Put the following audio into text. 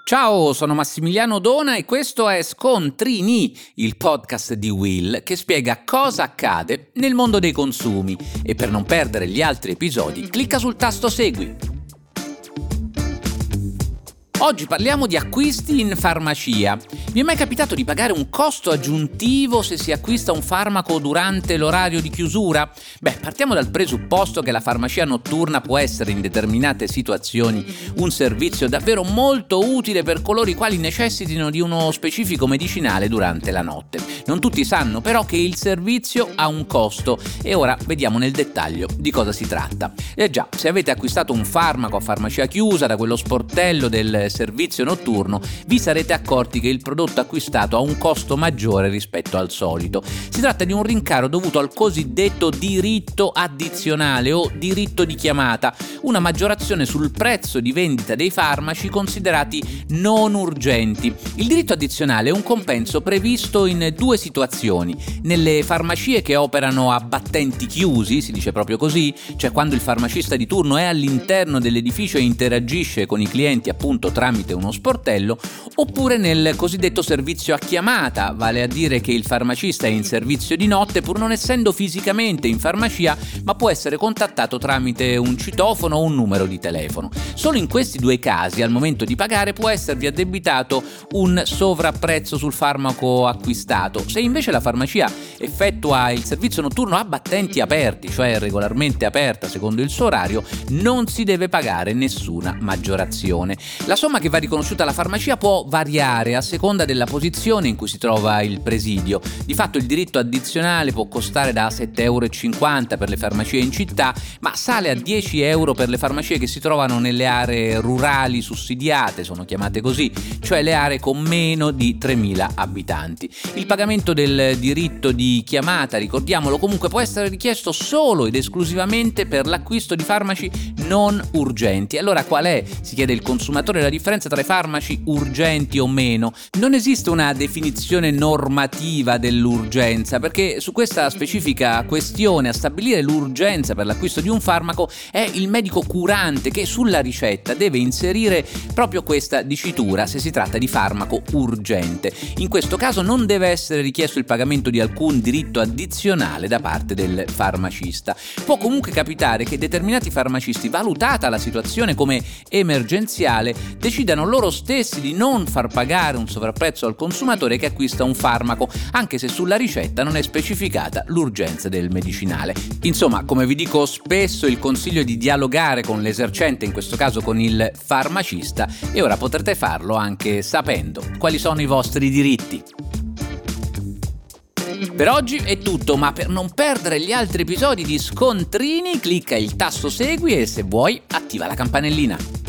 Ciao, sono Massimiliano Dona e questo è Scontrini, il podcast di Will che spiega cosa accade nel mondo dei consumi. E per non perdere gli altri episodi, clicca sul tasto Segui. Oggi parliamo di acquisti in farmacia. Vi è mai capitato di pagare un costo aggiuntivo se si acquista un farmaco durante l'orario di chiusura? Partiamo dal presupposto che la farmacia notturna può essere in determinate situazioni un servizio davvero molto utile per coloro i quali necessitino di uno specifico medicinale durante la notte. Non tutti sanno però che il servizio ha un costo e ora vediamo nel dettaglio di cosa si tratta. Già, se avete acquistato un farmaco a farmacia chiusa da quello sportello del servizio notturno, vi sarete accorti che il prodotto acquistato ha un costo maggiore rispetto al solito. Si tratta di un rincaro dovuto al cosiddetto diritto addizionale o diritto di chiamata, una maggiorazione sul prezzo di vendita dei farmaci considerati non urgenti. Il diritto addizionale è un compenso previsto in due situazioni: nelle farmacie che operano a battenti chiusi, si dice proprio così, cioè quando il farmacista di turno è all'interno dell'edificio e interagisce con i clienti appunto tramite uno sportello, oppure nel cosiddetto servizio a chiamata, vale a dire che il farmacista è in servizio di notte pur non essendo fisicamente in farmacia, ma può essere contattato tramite un citofono o un numero di telefono. Solo in questi due casi, al momento di pagare, può esservi addebitato un sovrapprezzo sul farmaco acquistato. Se invece la farmacia effettua il servizio notturno a battenti aperti, cioè regolarmente aperta secondo il suo orario, non si deve pagare nessuna maggiorazione. La somma che va riconosciuta alla farmacia può variare a seconda della posizione in cui si trova il presidio. Di fatto il diritto addizionale può costare da 7,50 € per le farmacie in città, ma sale a 10 € per le farmacie che si trovano nelle aree rurali sussidiate, sono chiamate così, cioè le aree con meno di 3.000 abitanti. Il pagamento del diritto di chiamata, ricordiamolo, comunque può essere richiesto solo ed esclusivamente per l'acquisto di farmaci non urgenti. Allora qual è, si chiede il consumatore, la differenza tra i farmaci urgenti o meno? Non esiste una definizione normativa dell'urgenza, perché su questa specifica questione a stabilire l'urgenza per l'acquisto di un farmaco è il medico curante che sulla ricetta deve inserire proprio questa dicitura se si tratta di farmaco urgente. In questo caso non deve essere richiesto il pagamento di alcun diritto addizionale da parte del farmacista. Può comunque capitare che determinati farmacisti, valutata la situazione come emergenziale, decidano loro stessi di non far pagare un sovrapprezzo al consumatore che acquista un farmaco, anche se sulla ricetta non è specificata l'urgenza del medicinale. Insomma, come vi dico spesso, il consiglio è di dialogare con l'esercente, in questo caso con il farmacista, e ora potrete farlo anche sapendo quali sono i vostri diritti. Per oggi è tutto, ma per non perdere gli altri episodi di Scontrini, clicca il tasto Segui e se vuoi attiva la campanellina.